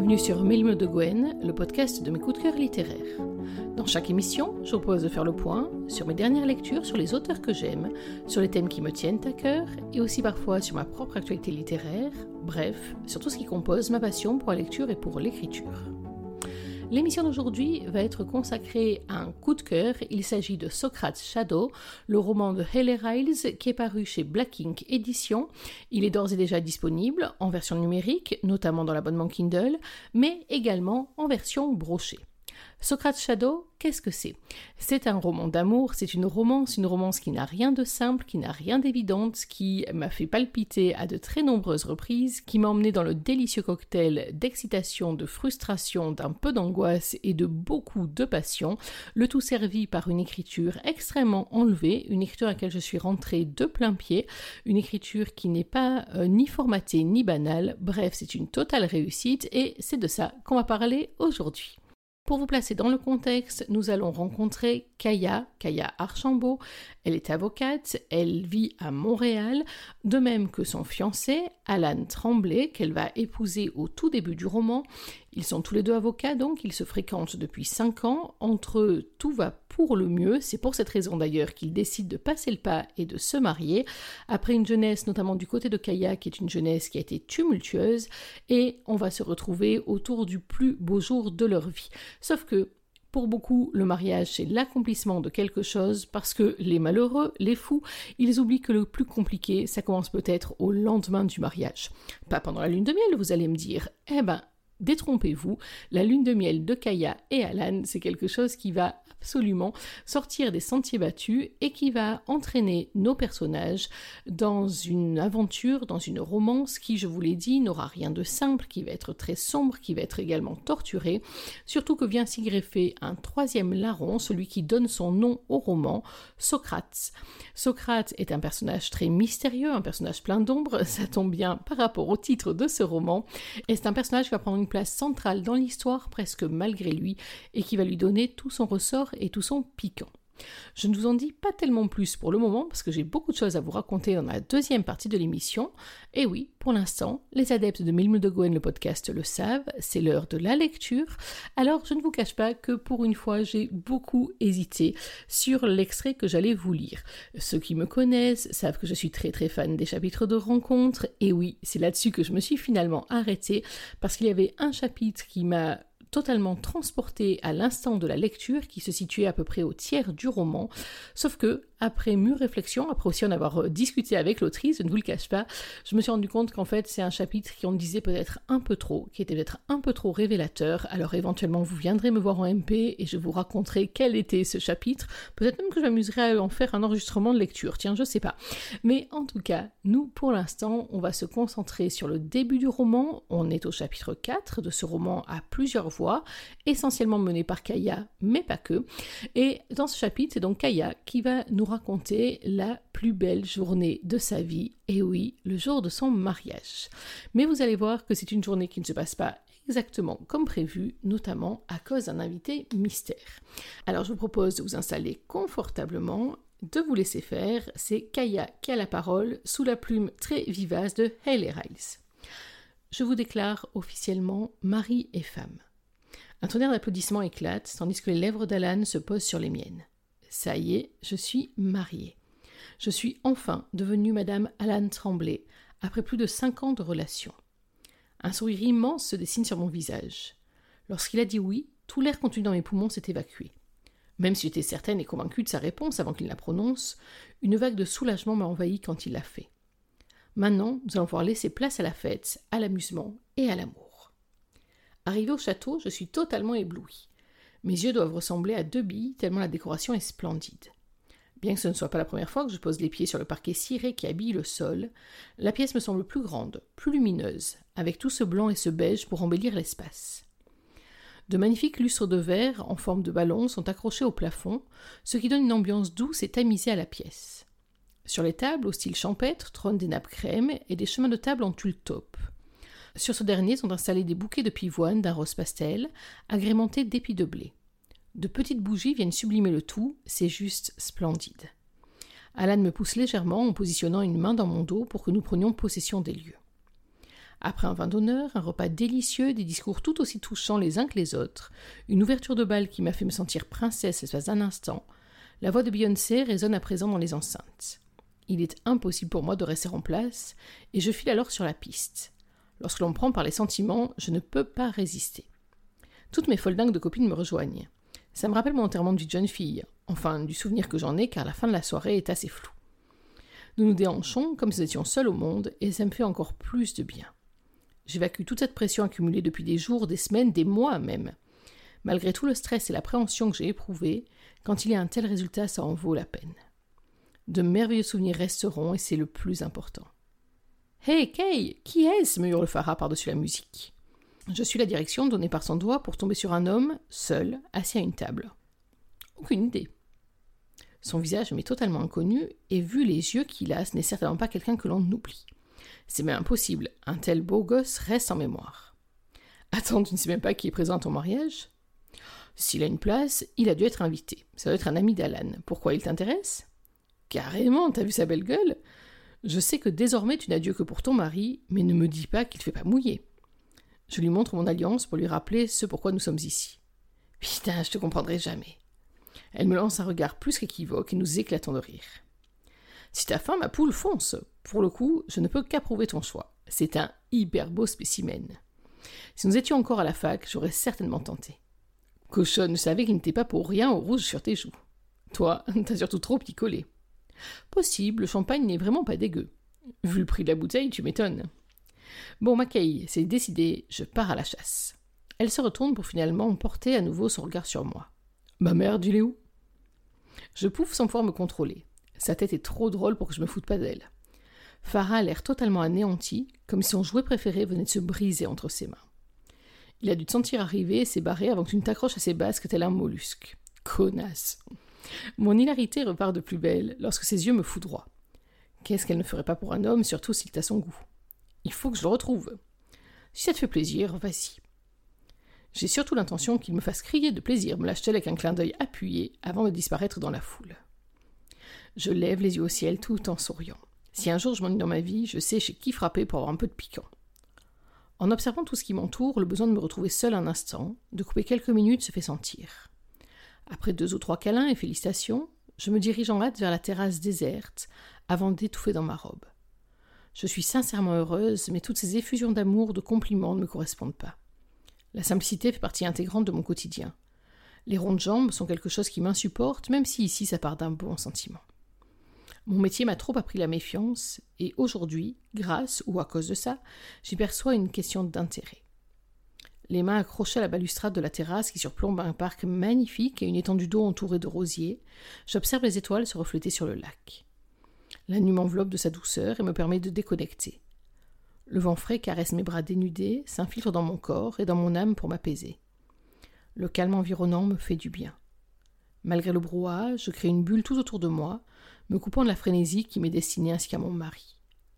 Bienvenue sur Mille de Gwen, le podcast de mes coups de cœur littéraires. Dans chaque émission, je vous propose de faire le point sur mes dernières lectures, sur les auteurs que j'aime, sur les thèmes qui me tiennent à cœur et aussi parfois sur ma propre actualité littéraire, bref, sur tout ce qui compose ma passion pour la lecture et pour l'écriture. L'émission d'aujourd'hui va être consacrée à un coup de cœur. Il s'agit de Socrates Shadow, le roman de Hayley Riles qui est paru chez Black Ink Éditions. Il est d'ores et déjà disponible en version numérique, notamment dans l'abonnement Kindle, mais également en version brochée. Socrates Shadow, qu'est-ce que c'est ? C'est un roman d'amour, c'est une romance qui n'a rien de simple, qui n'a rien d'évidente, qui m'a fait palpiter à de très nombreuses reprises, qui m'a emmené dans le délicieux cocktail d'excitation, de frustration, d'un peu d'angoisse et de beaucoup de passion, le tout servi par une écriture extrêmement enlevée, une écriture à laquelle je suis rentrée de plein pied, une écriture qui n'est pas ni formatée ni banale, bref, c'est une totale réussite et c'est de ça qu'on va parler aujourd'hui. Pour vous placer dans le contexte, nous allons rencontrer Kaya Archambault. Elle est avocate, elle vit à Montréal, de même que son fiancé, Alan Tremblay, qu'elle va épouser au tout début du roman. Ils sont tous les deux avocats, donc ils se fréquentent depuis 5 ans. Entre eux, tout va pour le mieux. C'est pour cette raison d'ailleurs qu'ils décident de passer le pas et de se marier. Après une jeunesse, notamment du côté de Kaya, qui est une jeunesse qui a été tumultueuse, et on va se retrouver autour du plus beau jour de leur vie. Sauf que, pour beaucoup, le mariage, c'est l'accomplissement de quelque chose parce que les malheureux, les fous, ils oublient que le plus compliqué, ça commence peut-être au lendemain du mariage. Pas pendant la lune de miel, vous allez me dire. Eh ben, détrompez-vous, la lune de miel de Kaya et Alan, c'est quelque chose qui va absolument sortir des sentiers battus et qui va entraîner nos personnages dans une aventure, dans une romance qui, je vous l'ai dit, n'aura rien de simple, qui va être très sombre, qui va être également torturée, surtout que vient s'y greffer un troisième larron, celui qui donne son nom au roman, Socrates. Socrates est un personnage très mystérieux, un personnage plein d'ombre, ça tombe bien par rapport au titre de ce roman, et c'est un personnage qui va prendre une place centrale dans l'histoire presque malgré lui, et qui va lui donner tout son ressort et tout son piquant. Je ne vous en dis pas tellement plus pour le moment parce que j'ai beaucoup de choses à vous raconter dans la deuxième partie de l'émission. Et oui, pour l'instant, les adeptes de Mille de Gwen, le podcast, le savent, c'est l'heure de la lecture. Alors, je ne vous cache pas que pour une fois, j'ai beaucoup hésité sur l'extrait que j'allais vous lire. Ceux qui me connaissent savent que je suis très très fan des chapitres de rencontres. Et oui, c'est là-dessus que je me suis finalement arrêtée parce qu'il y avait un chapitre qui m'a totalement transporté à l'instant de la lecture qui se situait à peu près au tiers du roman, sauf que, après mûre réflexion, après aussi en avoir discuté avec l'autrice, je ne vous le cache pas, je me suis rendu compte qu'en fait c'est un chapitre qui en disait peut-être un peu trop, qui était peut-être un peu trop révélateur, alors éventuellement vous viendrez me voir en MP et je vous raconterai quel était ce chapitre, peut-être même que je m'amuserai à en faire un enregistrement de lecture, tiens je sais pas. Mais en tout cas, nous pour l'instant, on va se concentrer sur le début du roman, on est au chapitre 4 de ce roman à plusieurs voix, essentiellement mené par Kaya, mais pas que, et dans ce chapitre c'est donc Kaya qui va nous raconter la plus belle journée de sa vie, et oui, le jour de son mariage. Mais vous allez voir que c'est une journée qui ne se passe pas exactement comme prévu, notamment à cause d'un invité mystère. Alors je vous propose de vous installer confortablement, de vous laisser faire, c'est Kaya qui a la parole sous la plume très vivace de Hayley Riles. Je vous déclare officiellement mari et femme. Un tonnerre d'applaudissements éclate, tandis que les lèvres d'Alan se posent sur les miennes. Ça y est, je suis mariée. Je suis enfin devenue Madame Alan Tremblay, après plus de 5 ans de relation. Un sourire immense se dessine sur mon visage. Lorsqu'il a dit oui, tout l'air contenu dans mes poumons s'est évacué. Même si j'étais certaine et convaincue de sa réponse avant qu'il la prononce, une vague de soulagement m'a envahie quand il l'a fait. Maintenant, nous allons pouvoir laisser place à la fête, à l'amusement et à l'amour. Arrivé au château, je suis totalement éblouie. Mes yeux doivent ressembler à 2 billes tellement la décoration est splendide. Bien que ce ne soit pas la première fois que je pose les pieds sur le parquet ciré qui habille le sol, la pièce me semble plus grande, plus lumineuse, avec tout ce blanc et ce beige pour embellir l'espace. De magnifiques lustres de verre en forme de ballon sont accrochés au plafond, ce qui donne une ambiance douce et tamisée à la pièce. Sur les tables, au style champêtre, trônent des nappes crème et des chemins de table en tulle taupe. Sur ce dernier sont installés des bouquets de pivoine d'un rose pastel, agrémentés d'épis de blé. De petites bougies viennent sublimer le tout, c'est juste splendide. Alan me pousse légèrement en positionnant une main dans mon dos pour que nous prenions possession des lieux. Après un vin d'honneur, un repas délicieux, des discours tout aussi touchants les uns que les autres, une ouverture de bal qui m'a fait me sentir princesse l'espace d'un instant, la voix de Beyoncé résonne à présent dans les enceintes. Il est impossible pour moi de rester en place, et je file alors sur la piste. Lorsque l'on me prend par les sentiments, je ne peux pas résister. Toutes mes foldingues de copines me rejoignent. Ça me rappelle mon enterrement de vie de jeune fille, enfin du souvenir que j'en ai car la fin de la soirée est assez floue. Nous nous déhanchons comme si nous étions seuls au monde, et ça me fait encore plus de bien. J'évacue toute cette pression accumulée depuis des jours, des semaines, des mois même. Malgré tout le stress et l'appréhension que j'ai éprouvés, quand il y a un tel résultat, ça en vaut la peine. De merveilleux souvenirs resteront et c'est le plus important. « Hey, Kay, qui est-ce » me hurle Farah par-dessus la musique. Je suis la direction donnée par son doigt pour tomber sur un homme, seul, assis à une table. Aucune idée. Son visage m'est totalement inconnu et vu les yeux qu'il a, ce n'est certainement pas quelqu'un que l'on oublie. C'est même impossible, un tel beau gosse reste en mémoire. Attends, tu ne sais même pas qui est présent à ton mariage ? S'il a une place, il a dû être invité. Ça doit être un ami d'Alan. Pourquoi il t'intéresse ? Carrément, t'as vu sa belle gueule ? Je sais que désormais tu n'as Dieu que pour ton mari, mais ne me dis pas qu'il ne fait pas mouiller. Je lui montre mon alliance pour lui rappeler ce pourquoi nous sommes ici. Putain, je te comprendrai jamais. Elle me lance un regard plus qu'équivoque et nous éclatons de rire. Si t'as faim, ma poule, fonce. Pour le coup, je ne peux qu'approuver ton choix. C'est un hyper beau spécimen. Si nous étions encore à la fac, j'aurais certainement tenté. Cochonne, je savais qu'il n'était pas pour rien au rouge sur tes joues. Toi, t'as surtout trop picolé. Possible, le champagne n'est vraiment pas dégueu. Vu le prix de la bouteille, tu m'étonnes. Bon, Mackay, c'est décidé, je pars à la chasse. Elle se retourne pour finalement porter à nouveau son regard sur moi. Ma mère, il est où ? Je pouffe sans pouvoir me contrôler. Sa tête est trop drôle pour que je me foute pas d'elle. Farah a l'air totalement anéanti, comme si son jouet préféré venait de se briser entre ses mains. Il a dû te sentir arriver et s'est barré avant que tu ne t'accroches à ses basques tel un mollusque. Connasse. Mon hilarité repart de plus belle lorsque ses yeux me foudroient. Qu'est-ce qu'elle ne ferait pas pour un homme, surtout s'il t'a son goût ? Il faut que je le retrouve. Si ça te fait plaisir, vas-y. J'ai surtout l'intention qu'il me fasse crier de plaisir, me lâche-t-elle avec un clin d'œil appuyé avant de disparaître dans la foule. Je lève les yeux au ciel tout en souriant. Si un jour je m'ennuie dans ma vie, je sais chez qui frapper pour avoir un peu de piquant. En observant tout ce qui m'entoure, le besoin de me retrouver seul un instant, de couper quelques minutes se fait sentir. Après 2 ou 3 câlins et félicitations, je me dirige en hâte vers la terrasse déserte, avant d'étouffer dans ma robe. Je suis sincèrement heureuse, mais toutes ces effusions d'amour, de compliments ne me correspondent pas. La simplicité fait partie intégrante de mon quotidien. Les rondes jambes sont quelque chose qui m'insupporte, même si ici ça part d'un bon sentiment. Mon métier m'a trop appris la méfiance, et aujourd'hui, grâce ou à cause de ça, j'y perçois une question d'intérêt. Les mains accrochées à la balustrade de la terrasse qui surplombe un parc magnifique et une étendue d'eau entourée de rosiers, j'observe les étoiles se refléter sur le lac. La nuit m'enveloppe de sa douceur et me permet de déconnecter. Le vent frais caresse mes bras dénudés, s'infiltre dans mon corps et dans mon âme pour m'apaiser. Le calme environnant me fait du bien. Malgré le brouhaha, je crée une bulle tout autour de moi, me coupant de la frénésie qui m'est destinée ainsi qu'à mon mari.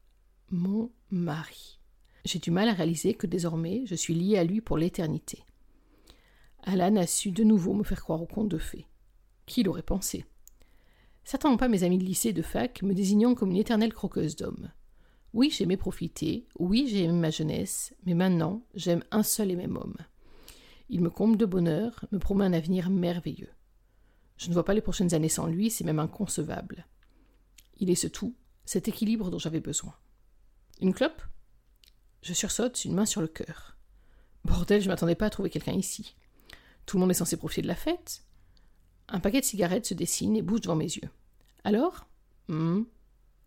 Mon mari. J'ai du mal à réaliser que désormais, je suis liée à lui pour l'éternité. Alan a su de nouveau me faire croire au conte de fées. Qui l'aurait pensé ? Certainement pas mes amis de lycée et de fac, me désignant comme une éternelle croqueuse d'hommes. Oui, j'aimais profiter, oui, j'ai aimé ma jeunesse, mais maintenant, j'aime un seul et même homme. Il me comble de bonheur, me promet un avenir merveilleux. Je ne vois pas les prochaines années sans lui, c'est même inconcevable. Il est ce tout, cet équilibre dont j'avais besoin. Une clope ? Je sursaute, une main sur le cœur. Bordel, je ne m'attendais pas à trouver quelqu'un ici. Tout le monde est censé profiter de la fête. Un paquet de cigarettes se dessine et bouge devant mes yeux. Alors ? Une clope ?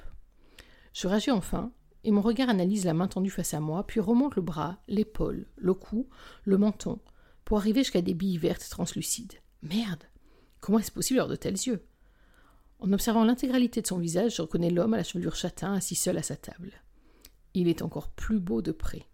Je réagis enfin, et mon regard analyse la main tendue face à moi, puis remonte le bras, l'épaule, le cou, le menton, pour arriver jusqu'à des billes vertes translucides. Merde ! Comment est-ce possible avoir de tels yeux ? En observant l'intégralité de son visage, je reconnais l'homme à la chevelure châtain assis seul à sa table. Il est encore plus beau de près.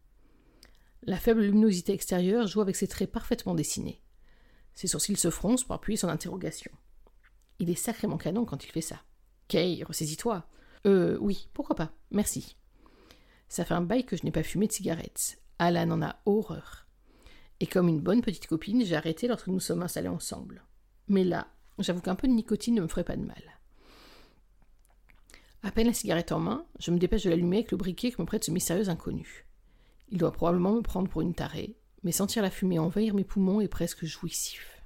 La faible luminosité extérieure joue avec ses traits parfaitement dessinés. Ses sourcils se froncent pour appuyer son interrogation. Il est sacrément canon quand il fait ça. Kay, ressaisis-toi. Oui, pourquoi pas, merci. Ça fait un bail que je n'ai pas fumé de cigarettes. Alan en a horreur. Et comme une bonne petite copine, j'ai arrêté lorsque nous sommes installés ensemble. Mais là, j'avoue qu'un peu de nicotine ne me ferait pas de mal. À peine la cigarette en main, je me dépêche de l'allumer avec le briquet que me prête ce mystérieux inconnu. Il doit probablement me prendre pour une tarée, mais sentir la fumée envahir mes poumons est presque jouissif.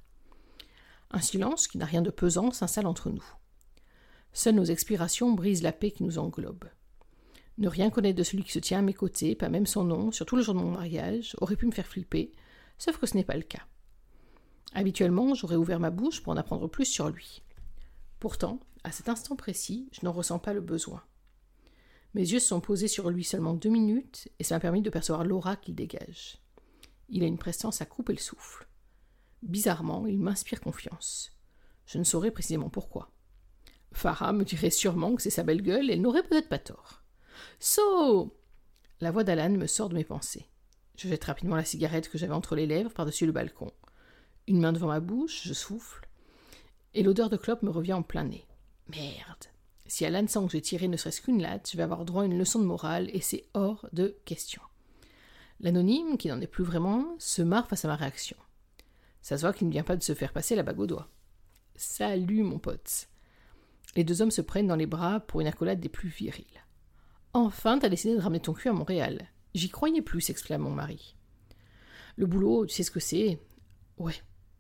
Un silence qui n'a rien de pesant s'installe entre nous. Seules nos expirations brisent la paix qui nous englobe. Ne rien connaître de celui qui se tient à mes côtés, pas même son nom, surtout le jour de mon mariage, aurait pu me faire flipper, sauf que ce n'est pas le cas. Habituellement, j'aurais ouvert ma bouche pour en apprendre plus sur lui. Pourtant, à cet instant précis, je n'en ressens pas le besoin. Mes yeux se sont posés sur lui seulement 2 minutes, et ça m'a permis de percevoir l'aura qu'il dégage. Il a une prestance à couper le souffle. Bizarrement, il m'inspire confiance. Je ne saurais précisément pourquoi. Farah me dirait sûrement que c'est sa belle gueule, et elle n'aurait peut-être pas tort. « So !» La voix d'Alan me sort de mes pensées. Je jette rapidement la cigarette que j'avais entre les lèvres par-dessus le balcon. Une main devant ma bouche, je souffle, et l'odeur de clope me revient en plein nez. Merde. Si Alan sent que j'ai tiré ne serait-ce qu'une latte, je vais avoir droit à une leçon de morale, et c'est hors de question. L'anonyme, qui n'en est plus vraiment, se marre face à ma réaction. Ça se voit qu'il ne vient pas de se faire passer la bague au doigt. Salut, mon pote. Les 2 hommes se prennent dans les bras pour une accolade des plus viriles. Enfin, t'as décidé de ramener ton cul à Montréal. J'y croyais plus, s'exclame mon mari. Le boulot, tu sais ce que c'est ? Ouais.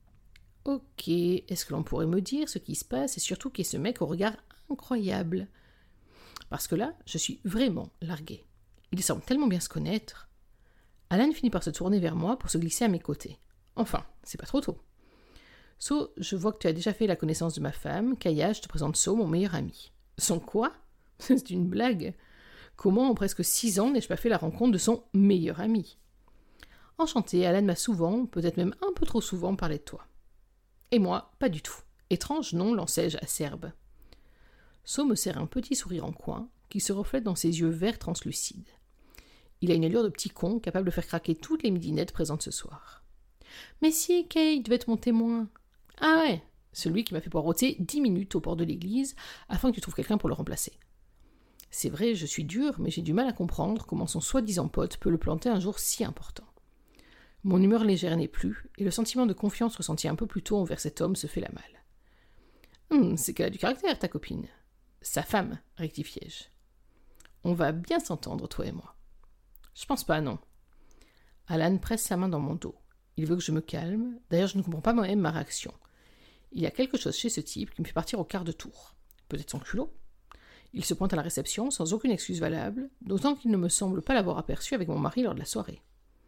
Ok, est-ce que l'on pourrait me dire ce qui se passe et surtout qui est ce mec au regard incroyable ? Parce que là, je suis vraiment larguée. Il semble tellement bien se connaître. Alan finit par se tourner vers moi pour se glisser à mes côtés. Enfin, c'est pas trop tôt. So, je vois que tu as déjà fait la connaissance de ma femme. Kaya, je te présente So, mon meilleur ami. Son quoi ? C'est une blague. Comment en presque 6 ans n'ai-je pas fait la rencontre de son meilleur ami ? Enchanté, Alan m'a souvent, peut-être même un peu trop souvent, parlé de toi. Et moi, pas du tout. Étrange nom, lançai-je acerbe. So me serre un petit sourire en coin, qui se reflète dans ses yeux verts translucides. Il a une allure de petit con, capable de faire craquer toutes les midinettes présentes ce soir. « Mais si, Kate devait être mon témoin. »« Ah ouais, celui qui m'a fait poireauter 10 minutes au port de l'église, afin que tu trouves quelqu'un pour le remplacer. » C'est vrai, je suis dure, mais j'ai du mal à comprendre comment son soi-disant pote peut le planter un jour si important. Mon humeur légère n'est plus, et le sentiment de confiance ressenti un peu plus tôt envers cet homme se fait la malle. C'est qu'elle a du caractère, ta copine. Sa femme, rectifiai-je. On va bien s'entendre, toi et moi. Je pense pas, non. Alan presse sa main dans mon dos. Il veut que je me calme. D'ailleurs, je ne comprends pas moi-même ma réaction. Il y a quelque chose chez ce type qui me fait partir au quart de tour. Peut-être son culot. Il se pointe à la réception sans aucune excuse valable, d'autant qu'il ne me semble pas l'avoir aperçu avec mon mari lors de la soirée.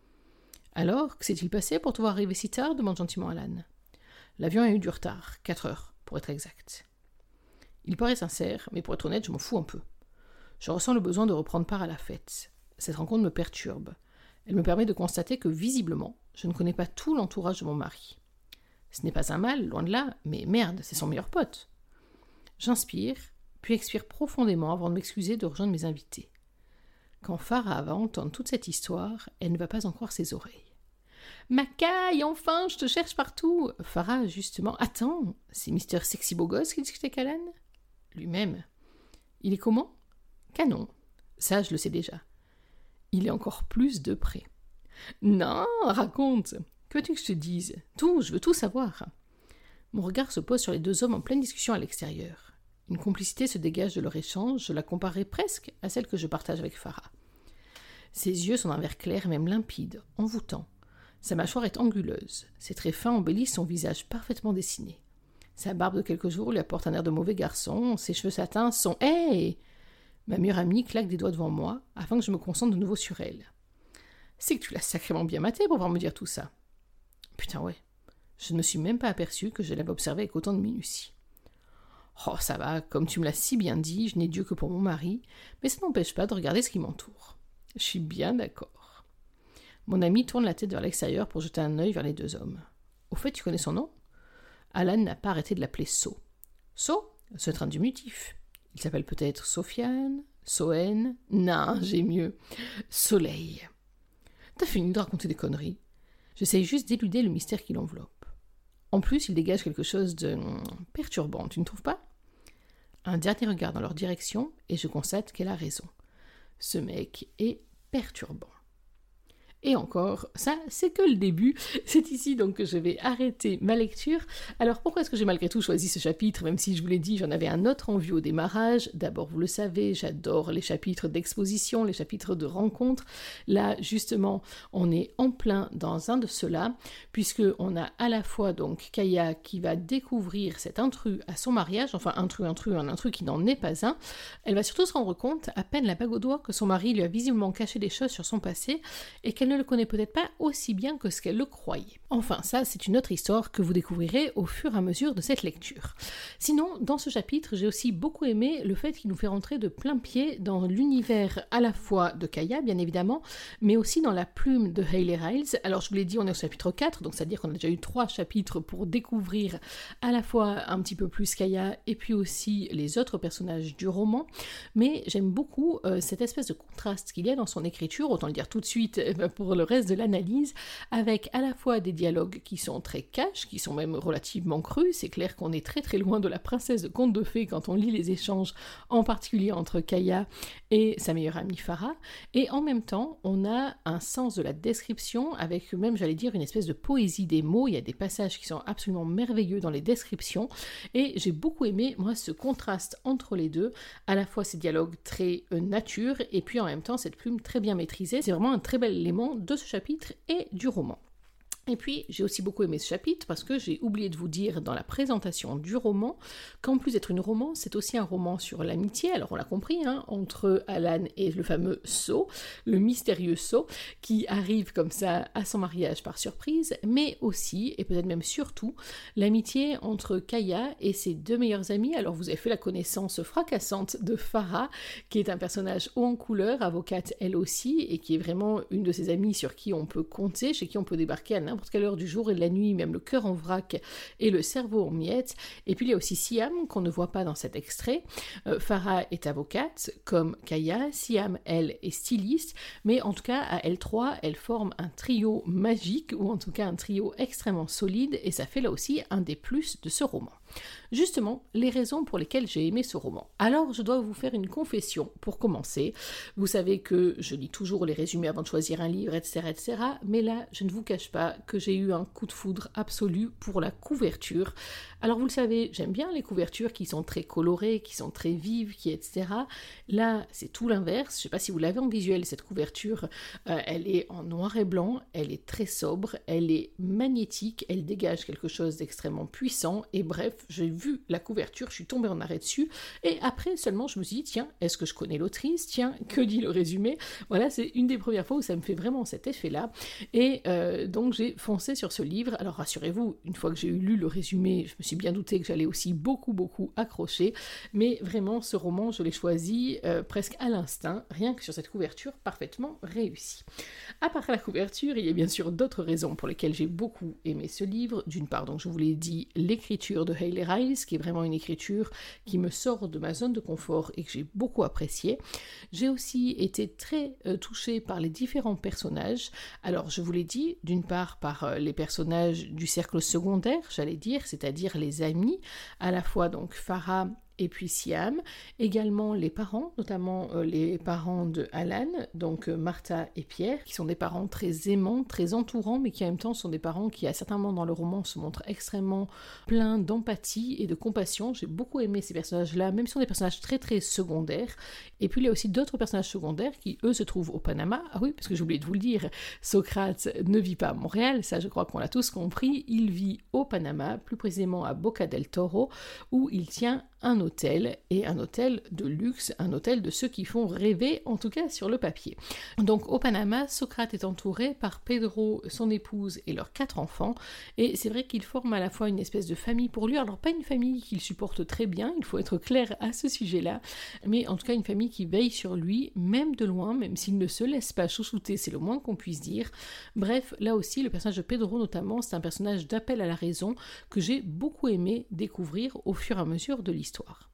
Alors, que s'est-il passé pour te voir arriver si tard ? Demande gentiment Alan. L'avion a eu du retard, 4 heures, pour être exact. Il paraît sincère, mais pour être honnête, je m'en fous un peu. Je ressens le besoin de reprendre part à la fête. Cette rencontre me perturbe. Elle me permet de constater que, visiblement, je ne connais pas tout l'entourage de mon mari. Ce n'est pas un mal, loin de là, mais merde, c'est son meilleur pote. J'inspire, puis expire profondément avant de m'excuser de rejoindre mes invités. Quand Farah va entendre toute cette histoire, elle ne va pas en croire ses oreilles. « Macaille, enfin, je te cherche partout !» Farah, justement, « Attends, c'est Mister Sexy Beau Gosse qui discute avec Alan ?» Lui-même. « Il est comment ?»« Canon. Ça, je le sais déjà. » Il est encore plus de près. « Non, raconte. Que veux-tu que je te dise ? Tout, je veux tout savoir. » Mon regard se pose sur les 2 hommes en pleine discussion à l'extérieur. Une complicité se dégage de leur échange, je la comparerai presque à celle que je partage avec Farah. Ses yeux sont d'un vert clair, même limpide, envoûtant. Sa mâchoire est anguleuse, ses traits fins embellissent son visage parfaitement dessiné. Sa barbe de quelques jours lui apporte un air de mauvais garçon, ses cheveux satins sont... Hey ! Ma meilleure amie claque des doigts devant moi, afin que je me concentre de nouveau sur elle. C'est que tu l'as sacrément bien maté pour pouvoir me dire tout ça. Putain, ouais. Je ne me suis même pas aperçue que je l'avais observé avec autant de minutie. Oh, ça va, comme tu me l'as si bien dit, je n'ai Dieu que pour mon mari, mais ça n'empêche pas de regarder ce qui m'entoure. Je suis bien d'accord. Mon ami tourne la tête vers l'extérieur pour jeter un œil vers les 2 hommes. Au fait, tu connais son nom ? Alan n'a pas arrêté de l'appeler So. So ? C'est un diminutif. Il s'appelle peut-être Sofiane ? Sohen ? Non, j'ai mieux. Soleil. T'as fini de raconter des conneries. J'essaye juste d'éluder le mystère qui l'enveloppe. En plus, il dégage quelque chose de perturbant, tu ne trouves pas ? Un dernier regard dans leur direction, et je constate qu'elle a raison. Ce mec est perturbant. Et encore, ça, c'est que le début. C'est ici donc que je vais arrêter ma lecture. Alors pourquoi est-ce que j'ai malgré tout choisi ce chapitre, même si je vous l'ai dit, j'en avais un autre en vue au démarrage. D'abord, vous le savez, j'adore les chapitres d'exposition, les chapitres de rencontres. Là, justement, on est en plein dans un de ceux-là, puisqu'on a à la fois donc Kaya qui va découvrir cet intrus à son mariage, enfin un intrus qui n'en est pas un. Elle va surtout se rendre compte, à peine la bague au doigt, que son mari lui a visiblement caché des choses sur son passé et qu'elle ne le connaît peut-être pas aussi bien que ce qu'elle le croyait. Enfin, ça, c'est une autre histoire que vous découvrirez au fur et à mesure de cette lecture. Sinon, dans ce chapitre, j'ai aussi beaucoup aimé le fait qu'il nous fait rentrer de plein pied dans l'univers à la fois de Kaya, bien évidemment, mais aussi dans la plume de Hayley Riles. Alors, je vous l'ai dit, on est au chapitre 4, donc c'est-à-dire qu'on a déjà eu 3 chapitres pour découvrir à la fois un petit peu plus Kaya et puis aussi les autres personnages du roman, mais j'aime beaucoup cette espèce de contraste qu'il y a dans son écriture, autant le dire tout de suite pour le reste de l'analyse, avec à la fois des dialogues qui sont très cash, qui sont même relativement crus. C'est clair qu'on est très très loin de la princesse de conte de fées quand on lit les échanges, en particulier entre Kaya et sa meilleure amie Farah, et en même temps on a un sens de la description avec même, j'allais dire, une espèce de poésie des mots. Il y a des passages qui sont absolument merveilleux dans les descriptions, et j'ai beaucoup aimé, moi, ce contraste entre les deux, à la fois ces dialogues très nature, et puis en même temps cette plume très bien maîtrisée. C'est vraiment un très bel élément de ce chapitre et du roman. Et puis, j'ai aussi beaucoup aimé ce chapitre parce que j'ai oublié de vous dire dans la présentation du roman qu'en plus d'être une romance, c'est aussi un roman sur l'amitié. Alors, on l'a compris, entre Alan et le fameux Sceau, le mystérieux Sceau, qui arrive comme ça à son mariage par surprise, mais aussi, et peut-être même surtout, l'amitié entre Kaya et ses 2 meilleures amies. Alors, vous avez fait la connaissance fracassante de Farah, qui est un personnage haut en couleur, avocate elle aussi, et qui est vraiment une de ses amies sur qui on peut compter, chez qui on peut débarquer à n'importe quelle heure du jour et de la nuit, même le cœur en vrac et le cerveau en miettes. Et puis il y a aussi Siam, qu'on ne voit pas dans cet extrait. Farah est avocate, comme Kaya. Siam, elle, est styliste, mais en tout cas, à L3, elles forment un trio magique, ou en tout cas un trio extrêmement solide, et ça fait là aussi un des plus de ce roman. Justement, les raisons pour lesquelles j'ai aimé ce roman. Alors, je dois vous faire une confession pour commencer. Vous savez que je lis toujours les résumés avant de choisir un livre, etc., mais là, je ne vous cache pas que j'ai eu un coup de foudre absolu pour la couverture. Alors, vous le savez, j'aime bien les couvertures qui sont très colorées, qui sont très vives, etc. Là, c'est tout l'inverse. Je ne sais pas si vous l'avez en visuel, cette couverture. Elle est en noir et blanc, elle est très sobre, elle est magnétique, elle dégage quelque chose d'extrêmement puissant, et bref, j'ai vu la couverture, je suis tombée en arrêt dessus, et après seulement je me suis dit, tiens, est-ce que je connais l'autrice? Tiens, que dit le résumé? Voilà, c'est une des premières fois où ça me fait vraiment cet effet-là, et donc j'ai foncé sur ce livre. Alors rassurez-vous, une fois que j'ai lu le résumé, je me suis bien douté que j'allais aussi beaucoup accrocher, mais vraiment ce roman, je l'ai choisi presque à l'instinct, rien que sur cette couverture parfaitement réussie. À part la couverture, il y a bien sûr d'autres raisons pour lesquelles j'ai beaucoup aimé ce livre. D'une part, donc je vous l'ai dit, l'écriture de Hayley Riles, qui est vraiment une écriture qui me sort de ma zone de confort et que j'ai beaucoup appréciée. J'ai aussi été très touchée par les différents personnages. Alors, je vous l'ai dit, d'une part par les personnages du cercle secondaire, j'allais dire, c'est-à-dire les amis, à la fois donc Farah et puis Siam, également les parents, notamment les parents de Alan, donc Martha et Pierre, qui sont des parents très aimants, très entourants, mais qui en même temps sont des parents qui à certains moments dans le roman se montrent extrêmement pleins d'empathie et de compassion. J'ai beaucoup aimé ces personnages-là, même si ce sont des personnages très très secondaires. Et puis il y a aussi d'autres personnages secondaires qui eux se trouvent au Panama. Ah oui, parce que j'ai oublié de vous le dire, Socrate ne vit pas à Montréal, ça je crois qu'on l'a tous compris, il vit au Panama, plus précisément à Boca del Toro, où il tient un hôtel, et un hôtel de luxe, un hôtel de ceux qui font rêver, en tout cas sur le papier. Donc au Panama, Socrate est entouré par Pedro, son épouse et leurs 4 enfants, et c'est vrai qu'il forme à la fois une espèce de famille pour lui, alors pas une famille qu'il supporte très bien, il faut être clair à ce sujet-là, mais en tout cas une famille qui veille sur lui, même de loin, même s'il ne se laisse pas chouchouter, c'est le moins qu'on puisse dire. Bref, là aussi, le personnage de Pedro notamment, c'est un personnage d'appel à la raison que j'ai beaucoup aimé découvrir au fur et à mesure de l'histoire.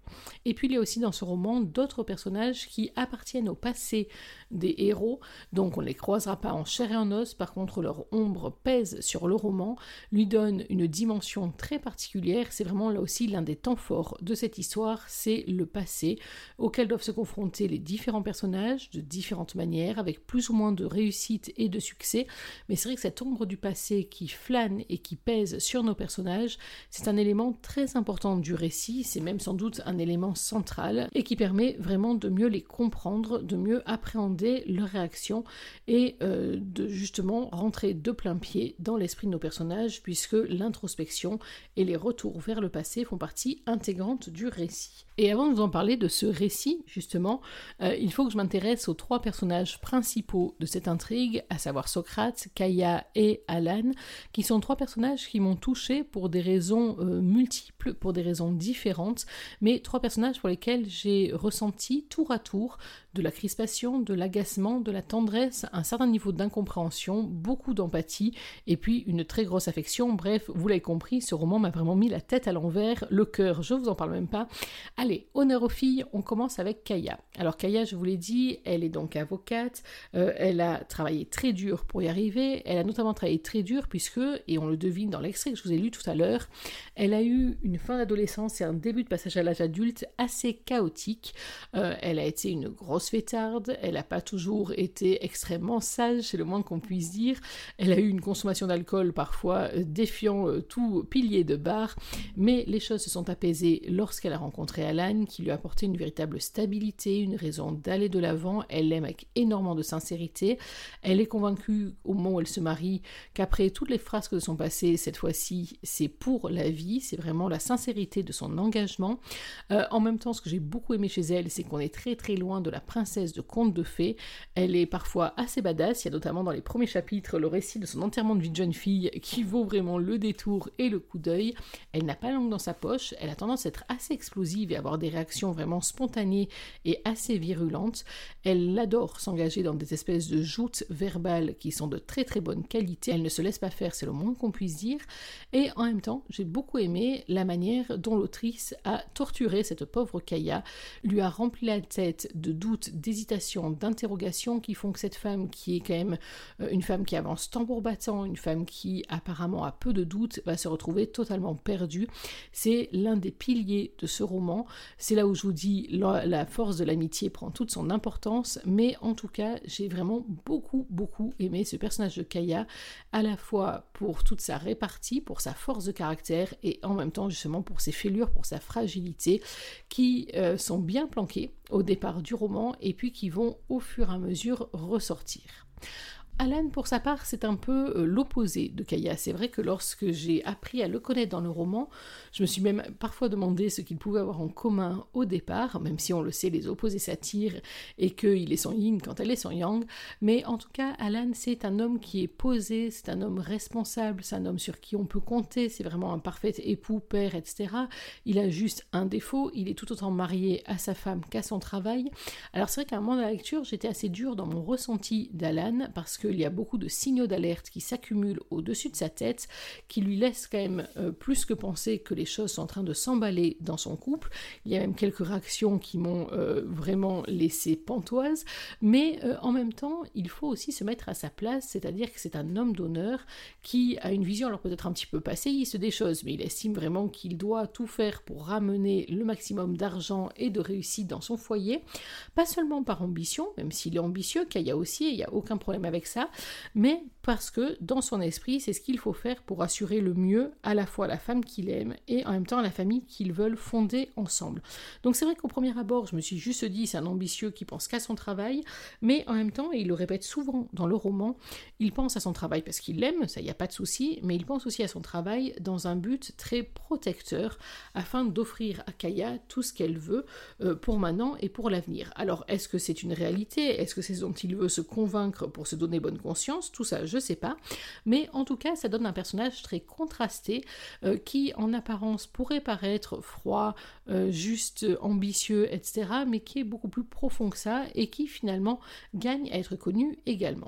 Et puis il y a aussi dans ce roman d'autres personnages qui appartiennent au passé des héros, donc on ne les croisera pas en chair et en os, par contre leur ombre pèse sur le roman, lui donne une dimension très particulière, c'est vraiment là aussi l'un des temps forts de cette histoire, c'est le passé, auquel doivent se confronter les différents personnages de différentes manières, avec plus ou moins de réussite et de succès, mais c'est vrai que cette ombre du passé qui flâne et qui pèse sur nos personnages, c'est un élément très important du récit, c'est même sans doute un élément central, et qui permet vraiment de mieux les comprendre, de mieux appréhender leurs réactions, et de justement rentrer de plein pied dans l'esprit de nos personnages, puisque l'introspection et les retours vers le passé font partie intégrante du récit. Et avant de vous en parler de ce récit, justement, il faut que je m'intéresse aux 3 personnages principaux de cette intrigue, à savoir Socrate, Caïa et Alan, qui sont 3 personnages qui m'ont touchée pour des raisons multiples, pour des raisons différentes, mais 3 personnages pour lesquels j'ai ressenti tour à tour de la crispation, de l'agacement, de la tendresse, un certain niveau d'incompréhension, beaucoup d'empathie, et puis une très grosse affection. Bref, vous l'avez compris, ce roman m'a vraiment mis la tête à l'envers, le cœur, je vous en parle même pas. Allez, honneur aux filles, on commence avec Caïa. Alors Caïa, je vous l'ai dit, elle est donc avocate, elle a travaillé très dur pour y arriver, elle a notamment travaillé très dur puisque, et on le devine dans l'extrait que je vous ai lu tout à l'heure, elle a eu une fin d'adolescence et un début de passage à l'âge adulte assez chaotique. Elle a été une grosse fêtarde, elle n'a pas toujours été extrêmement sage, c'est le moins qu'on puisse dire, elle a eu une consommation d'alcool parfois défiant tout pilier de bar, mais les choses se sont apaisées lorsqu'elle a rencontré Alan, qui lui a apporté une véritable stabilité, une raison d'aller de l'avant, elle l'aime avec énormément de sincérité, elle est convaincue au moment où elle se marie qu'après toutes les frasques de son passé, cette fois-ci c'est pour la vie, c'est vraiment la sincérité de son engagement. En même temps, ce que j'ai beaucoup aimé chez elle, c'est qu'on est très très loin de la princesse de conte de fées, elle est parfois assez badass, il y a notamment dans les premiers chapitres le récit de son enterrement de vie de jeune fille qui vaut vraiment le détour et le coup d'œil, elle n'a pas la langue dans sa poche, elle a tendance à être assez explosive et avoir des réactions vraiment spontanées et assez virulentes, elle adore s'engager dans des espèces de joutes verbales qui sont de très très bonne qualité, elle ne se laisse pas faire, c'est le moins qu'on puisse dire, et en même temps, j'ai beaucoup aimé la manière dont l'autrice a torturé cette pauvre Caïa, lui a rempli la tête de doutes, d'hésitations, d'interrogations qui font que cette femme qui est quand même une femme qui avance tambour battant, une femme qui apparemment a peu de doutes, va se retrouver totalement perdue. C'est l'un des piliers de ce roman, c'est là où je vous dis la force de l'amitié prend toute son importance, mais en tout cas j'ai vraiment beaucoup aimé ce personnage de Caïa, à la fois pour toute sa répartie, pour sa force de caractère et en même temps justement pour ses fêlures, pour sa fragilité qui sont bien planquées au départ du roman et puis qui vont au fur et à mesure ressortir. Alan, pour sa part, c'est un peu l'opposé de Caïa. C'est vrai que lorsque j'ai appris à le connaître dans le roman, je me suis même parfois demandé ce qu'ils pouvaient avoir en commun au départ, même si on le sait, les opposés s'attirent et qu'il est son yin quand elle est son yang. Mais en tout cas, Alan, c'est un homme qui est posé, c'est un homme responsable, c'est un homme sur qui on peut compter, c'est vraiment un parfait époux, père, etc. Il a juste un défaut, il est tout autant marié à sa femme qu'à son travail. Alors c'est vrai qu'à un moment de la lecture, j'étais assez dure dans mon ressenti d'Alan, parce qu'il y a beaucoup de signaux d'alerte qui s'accumulent au-dessus de sa tête, qui lui laissent quand même plus que penser que les choses sont en train de s'emballer dans son couple. Il y a même quelques réactions qui m'ont vraiment laissé pantoise, mais en même temps, il faut aussi se mettre à sa place, c'est-à-dire que c'est un homme d'honneur qui a une vision, alors peut-être un petit peu passéiste des choses, mais il estime vraiment qu'il doit tout faire pour ramener le maximum d'argent et de réussite dans son foyer, pas seulement par ambition, même s'il est ambitieux, qu'il y a aussi, et il n'y a aucun problème avec ça, mais parce que dans son esprit, c'est ce qu'il faut faire pour assurer le mieux à la fois la femme qu'il aime et en même temps la famille qu'ils veulent fonder ensemble. Donc c'est vrai qu'au premier abord, je me suis juste dit c'est un ambitieux qui pense qu'à son travail, mais en même temps, et il le répète souvent dans le roman, il pense à son travail parce qu'il l'aime, ça y a pas de souci, mais il pense aussi à son travail dans un but très protecteur afin d'offrir à Caïa tout ce qu'elle veut pour maintenant et pour l'avenir. Alors est-ce que c'est une réalité? Est-ce que c'est ce dont il veut se convaincre pour se donner bonne conscience? Tout ça, je sais pas, mais en tout cas, ça donne un personnage très contrasté qui, en apparence, pourrait paraître froid, juste ambitieux, etc., mais qui est beaucoup plus profond que ça et qui, finalement, gagne à être connu également.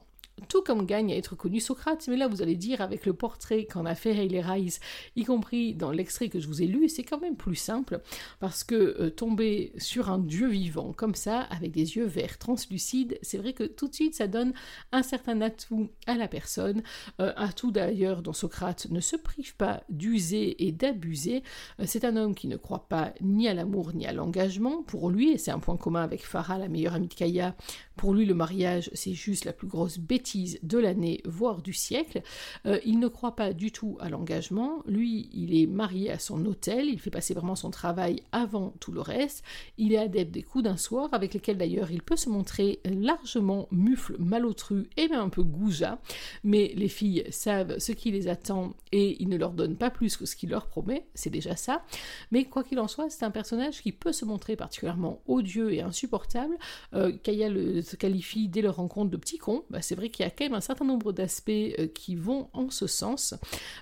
tout comme gagne à être connu Socrate. Mais là, vous allez dire, avec le portrait qu'en a fait Hayley Rice, y compris dans l'extrait que je vous ai lu, c'est quand même plus simple, parce que tomber sur un dieu vivant comme ça, avec des yeux verts translucides, c'est vrai que tout de suite, ça donne un certain atout à la personne, atout d'ailleurs dont Socrate ne se prive pas d'user et d'abuser. C'est un homme qui ne croit pas ni à l'amour ni à l'engagement. Pour lui, et c'est un point commun avec Farah, la meilleure amie de Kaya, pour lui le mariage c'est juste la plus grosse bêtise de l'année, voire du siècle. Il ne croit pas du tout à l'engagement. Lui, il est marié à son hôtel, il fait passer vraiment son travail avant tout le reste. Il est adepte des coups d'un soir, avec lesquels d'ailleurs il peut se montrer largement mufle, malotru et même un peu goujat, mais les filles savent ce qui les attend et il ne leur donne pas plus que ce qu'il leur promet, c'est déjà ça. Mais quoi qu'il en soit, c'est un personnage qui peut se montrer particulièrement odieux et insupportable. Kaya le qualifie dès leur rencontre de petit con. C'est vrai qu'il y a quand même un certain nombre d'aspects qui vont en ce sens,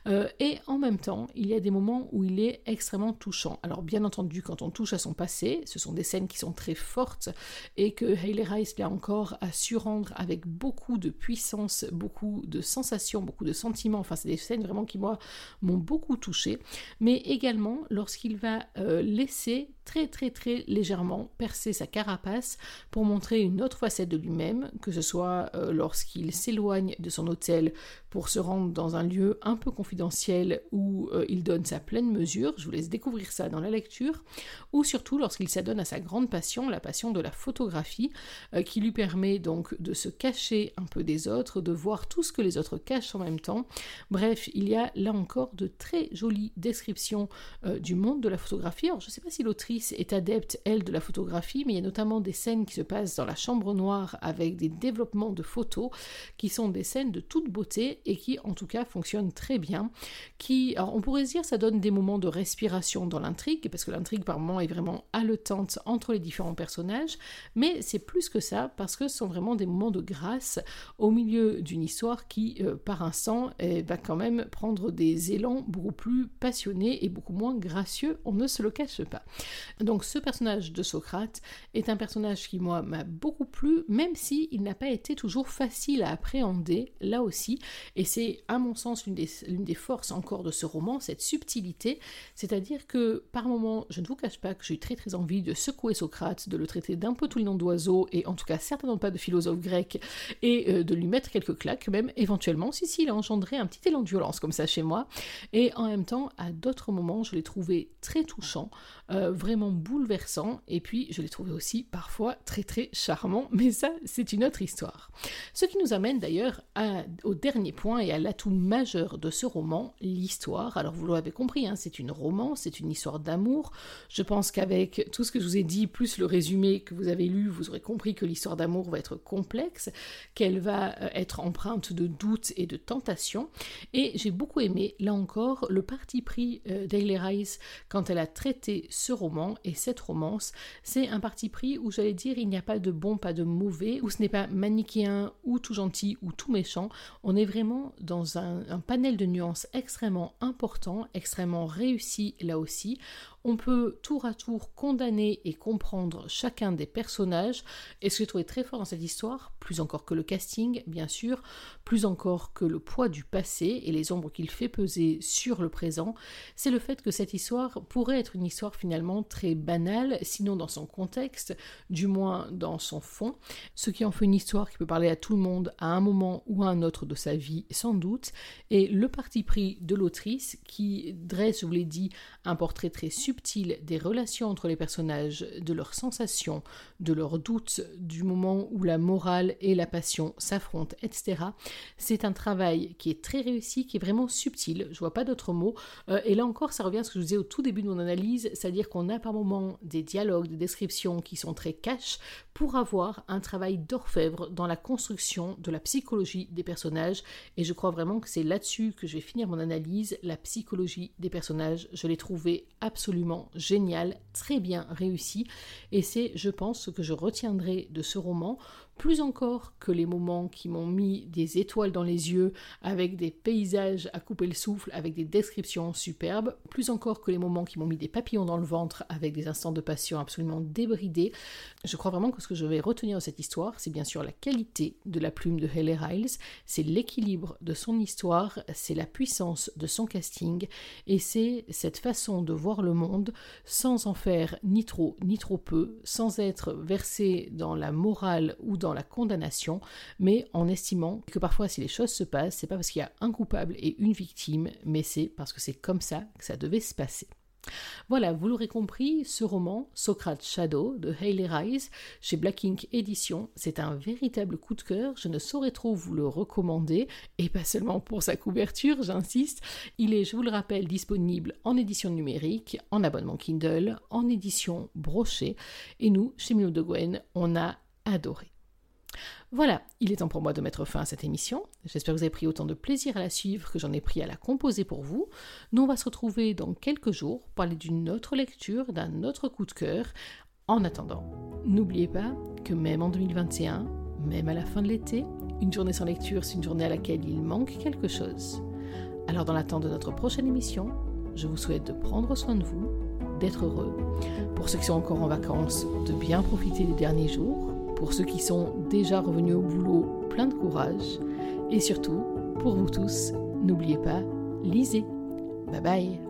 et en même temps il y a des moments où il est extrêmement touchant. Alors bien entendu, quand on touche à son passé, ce sont des scènes qui sont très fortes et que Hayley Rice là encore a su rendre avec beaucoup de puissance, beaucoup de sensations, beaucoup de sentiments. Enfin, c'est des scènes vraiment qui moi m'ont beaucoup touchée, mais également lorsqu'il va laisser très très très légèrement percer sa carapace pour montrer une autre facette de lui-même, que ce soit lorsqu'il s'éloigne de son hôtel pour se rendre dans un lieu un peu confidentiel où il donne sa pleine mesure, je vous laisse découvrir ça dans la lecture, ou surtout lorsqu'il s'adonne à sa grande passion, la passion de la photographie, qui lui permet donc de se cacher un peu des autres, de voir tout ce que les autres cachent en même temps. Bref, il y a là encore de très jolies descriptions du monde de la photographie. Alors je ne sais pas si l'autrice est adepte, elle, de la photographie, mais il y a notamment des scènes qui se passent dans la chambre noire avec des développements de photos qui sont des scènes de toute beauté et qui en tout cas fonctionnent très bien. Alors on pourrait se dire ça donne des moments de respiration dans l'intrigue, parce que l'intrigue par moments est vraiment haletante entre les différents personnages, mais c'est plus que ça, parce que ce sont vraiment des moments de grâce au milieu d'une histoire qui par instant va quand même prendre des élans beaucoup plus passionnés et beaucoup moins gracieux, on ne se le cache pas. Donc ce personnage de Socrate est un personnage qui moi m'a beaucoup plu, même si il n'a pas été toujours facile à appréhender là aussi, et c'est à mon sens l'une des forces encore de ce roman, cette subtilité, c'est-à-dire que par moments, je ne vous cache pas que j'ai eu très très envie de secouer Socrate, de le traiter d'un peu tous les noms d'oiseaux, et en tout cas certainement pas de philosophe grec, et de lui mettre quelques claques, même éventuellement, si il a engendré un petit élan de violence comme ça chez moi, et en même temps, à d'autres moments, je l'ai trouvé très touchant, vraiment bouleversant, et puis je l'ai trouvé aussi parfois très très charmant, mais ça c'est une autre histoire. Ce qui nous amène d'ailleurs au dernier point et à l'atout majeur de ce roman, l'histoire. Alors vous l'avez compris, c'est une romance, c'est une histoire d'amour. Je pense qu'avec tout ce que je vous ai dit, plus le résumé que vous avez lu, vous aurez compris que l'histoire d'amour va être complexe, qu'elle va être empreinte de doutes et de tentations, et j'ai beaucoup aimé, là encore, le parti pris d'Hayley Rice quand elle a traité ce roman et cette romance. C'est un parti pris où j'allais dire il n'y a pas de bon, pas de mauvais, où ce n'est pas manichéen ou tout gentil ou tout méchant. On est vraiment dans un panel de nuances extrêmement important, extrêmement réussi là aussi. On peut tour à tour condamner et comprendre chacun des personnages, et ce que j'ai trouvé très fort dans cette histoire, plus encore que le casting bien sûr, plus encore que le poids du passé et les ombres qu'il fait peser sur le présent, c'est le fait que cette histoire pourrait être une histoire finalement très banale, sinon dans son contexte, du moins dans son fond, ce qui en fait une histoire qui peut parler à tout le monde à un moment ou à un autre de sa vie sans doute, et le parti pris de l'autrice qui dresse, je vous l'ai dit, un portrait très subtil des relations entre les personnages, de leurs sensations, de leurs doutes, du moment où la morale et la passion s'affrontent, etc. C'est un travail qui est très réussi, qui est vraiment subtil, je vois pas d'autres mots, et là encore ça revient à ce que je vous disais au tout début de mon analyse, c'est-à-dire qu'on a par moments des dialogues, des descriptions qui sont très cash pour avoir un travail d'orfèvre dans la construction de la psychologie des personnages, et je crois vraiment que c'est là-dessus que je vais finir mon analyse. La psychologie des personnages, je l'ai trouvée absolument géniale, très bien réussie, et c'est, je pense, ce que je retiendrai de ce roman. plus encore que les moments qui m'ont mis des étoiles dans les yeux, avec des paysages à couper le souffle, avec des descriptions superbes, plus encore que les moments qui m'ont mis des papillons dans le ventre, avec des instants de passion absolument débridés. Je crois vraiment que ce que je vais retenir de cette histoire, c'est bien sûr la qualité de la plume de Hayley Riles, c'est l'équilibre de son histoire, c'est la puissance de son casting, et c'est cette façon de voir le monde sans en faire ni trop peu, sans être versé dans la morale ou dans la condamnation, mais en estimant que parfois si les choses se passent, c'est pas parce qu'il y a un coupable et une victime, mais c'est parce que c'est comme ça que ça devait se passer. Voilà, vous l'aurez compris, ce roman, Socrates Shadow, de Hayley Riles, chez Black Ink Éditions, c'est un véritable coup de cœur, je ne saurais trop vous le recommander, et pas seulement pour sa couverture, j'insiste, il est, je vous le rappelle, disponible en édition numérique, en abonnement Kindle, en édition brochée, et nous, chez Milo de Gwen, on a adoré. Voilà, il est temps pour moi de mettre fin à cette émission. J'espère que vous avez pris autant de plaisir à la suivre que j'en ai pris à la composer pour vous. Nous, on va se retrouver dans quelques jours pour parler d'une autre lecture, d'un autre coup de cœur. En attendant, n'oubliez pas que même en 2021, même à la fin de l'été, une journée sans lecture, c'est une journée à laquelle il manque quelque chose. Alors, dans l'attente de notre prochaine émission, je vous souhaite de prendre soin de vous, d'être heureux. Pour ceux qui sont encore en vacances, de bien profiter des derniers jours. Pour ceux qui sont déjà revenus au boulot, plein de courage. Et surtout, pour vous tous, n'oubliez pas, lisez. Bye bye.